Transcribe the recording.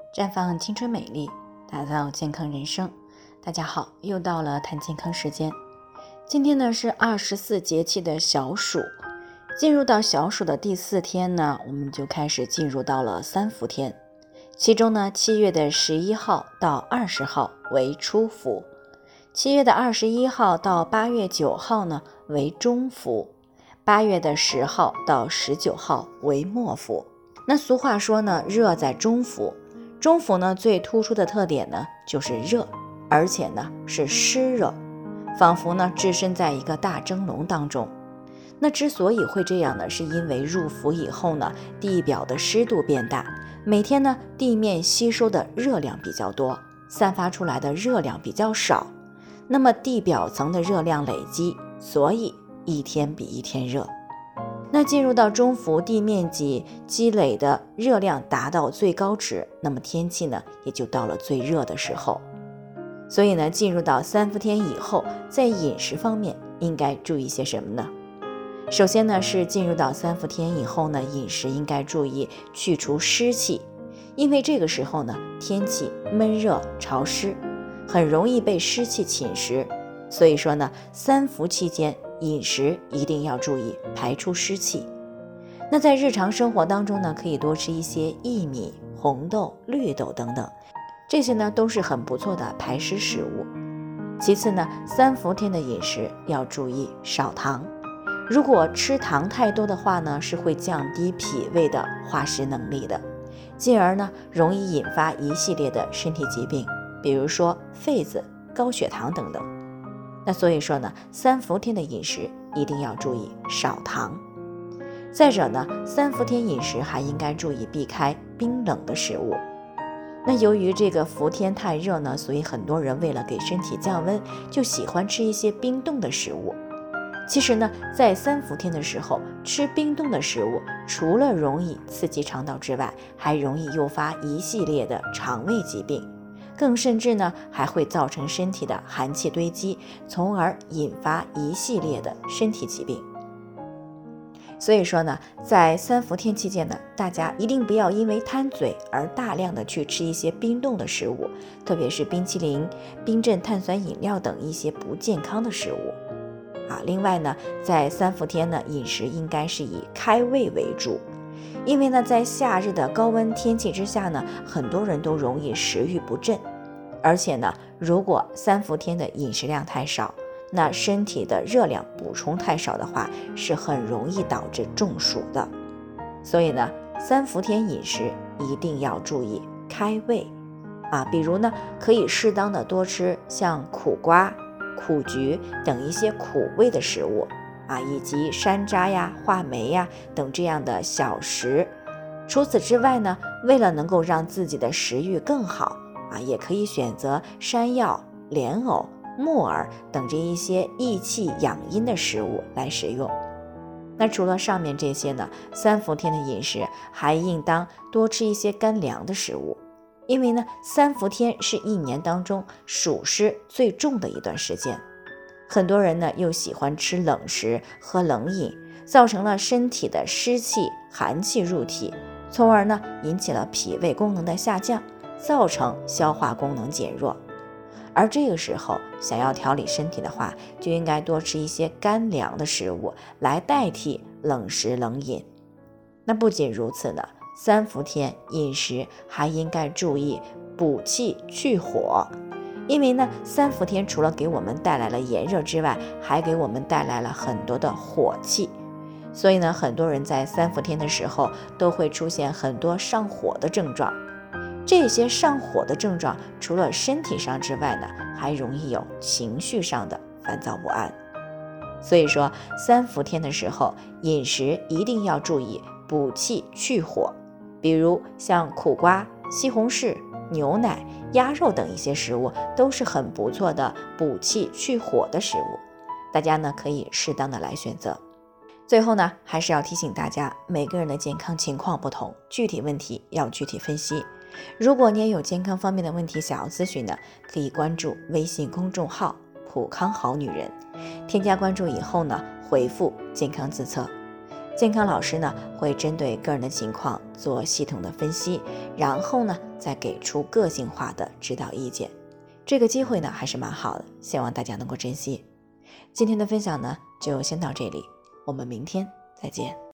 绽放青春美丽，打造健康人生。大家好，又到了谈健康时间。今天呢是24节气的小暑，进入到小暑的第4天呢，我们就开始进入到了三伏天。其中呢7月的11号到20号为初伏，7月的21号到8月9号呢为中伏，8月的10号到19号为末伏。那俗话说呢，热在中伏。中伏呢最突出的特点呢就是热，而且呢是湿热，仿佛呢置身在一个大蒸笼当中。那之所以会这样呢，是因为入伏以后呢，地表的湿度变大，每天呢地面吸收的热量比较多，散发出来的热量比较少，那么地表层的热量累积，所以一天比一天热。那进入到中伏，地面积积累的热量达到最高值，那么天气呢也就到了最热的时候。所以呢，进入到三伏天以后，在饮食方面应该注意些什么呢？首先呢，是进入到三伏天以后呢，饮食应该注意去除湿气，因为这个时候呢，天气闷热潮湿，很容易被湿气侵蚀。所以说呢，三伏期间饮食一定要注意排出湿气。那在日常生活当中呢，可以多吃一些薏米、红豆、绿豆等等，这些呢都是很不错的排湿食物。其次呢，三伏天的饮食要注意少糖，如果吃糖太多的话呢，是会降低脾胃的化湿能力的，进而呢容易引发一系列的身体疾病，比如说痱子、高血糖等等。那所以说呢，三伏天的饮食一定要注意少糖。再者呢，三伏天饮食还应该注意避开冰冷的食物。那由于这个伏天太热呢，所以很多人为了给身体降温，就喜欢吃一些冰冻的食物。其实呢，在三伏天的时候吃冰冻的食物，除了容易刺激肠道之外，还容易诱发一系列的肠胃疾病，更甚至呢还会造成身体的寒气堆积，从而引发一系列的身体疾病。所以说呢，在三伏天期间呢，大家一定不要因为贪嘴而大量的去吃一些冰冻的食物，特别是冰淇淋、冰镇碳酸饮料等一些不健康的食物。另外呢，在三伏天呢，饮食应该是以开胃为主，因为呢，在夏日的高温天气之下呢，很多人都容易食欲不振，而且呢，如果三伏天的饮食量太少，那身体的热量补充太少的话，是很容易导致中暑的。所以呢，三伏天饮食一定要注意开胃比如呢，可以适当的多吃像苦瓜、苦菊等一些苦味的食物以及山楂呀、话梅呀等这样的小食。除此之外呢，为了能够让自己的食欲更好也可以选择山药、莲藕、木耳等这一些益气养阴的食物来食用。那除了上面这些呢，三伏天的饮食还应当多吃一些干凉的食物，因为呢，三伏天是一年当中暑湿最重的一段时间，很多人呢又喜欢吃冷食、喝冷饮，造成了身体的湿气、寒气入体，从而呢引起了脾胃功能的下降，造成消化功能减弱。而这个时候想要调理身体的话，就应该多吃一些干凉的食物来代替冷食冷饮。那不仅如此呢，三伏天饮食还应该注意补气去火，因为呢，三伏天除了给我们带来了炎热之外，还给我们带来了很多的火气。所以呢，很多人在三伏天的时候都会出现很多上火的症状。这些上火的症状除了身体上之外呢，还容易有情绪上的烦躁不安。所以说，三伏天的时候饮食一定要注意补气去火，比如像苦瓜、西红柿、牛奶、鸭肉等一些食物都是很不错的补气去火的食物，大家呢可以适当的来选择。最后呢，还是要提醒大家，每个人的健康情况不同，具体问题要具体分析。如果你也有健康方面的问题想要咨询呢，可以关注微信公众号普康好女人，添加关注以后呢，回复健康自测。 健康老师呢会针对个人的情况做系统的分析，然后呢再给出个性化的指导意见。这个机会呢还是蛮好的，希望大家能够珍惜。今天的分享呢就先到这里，我们明天再见。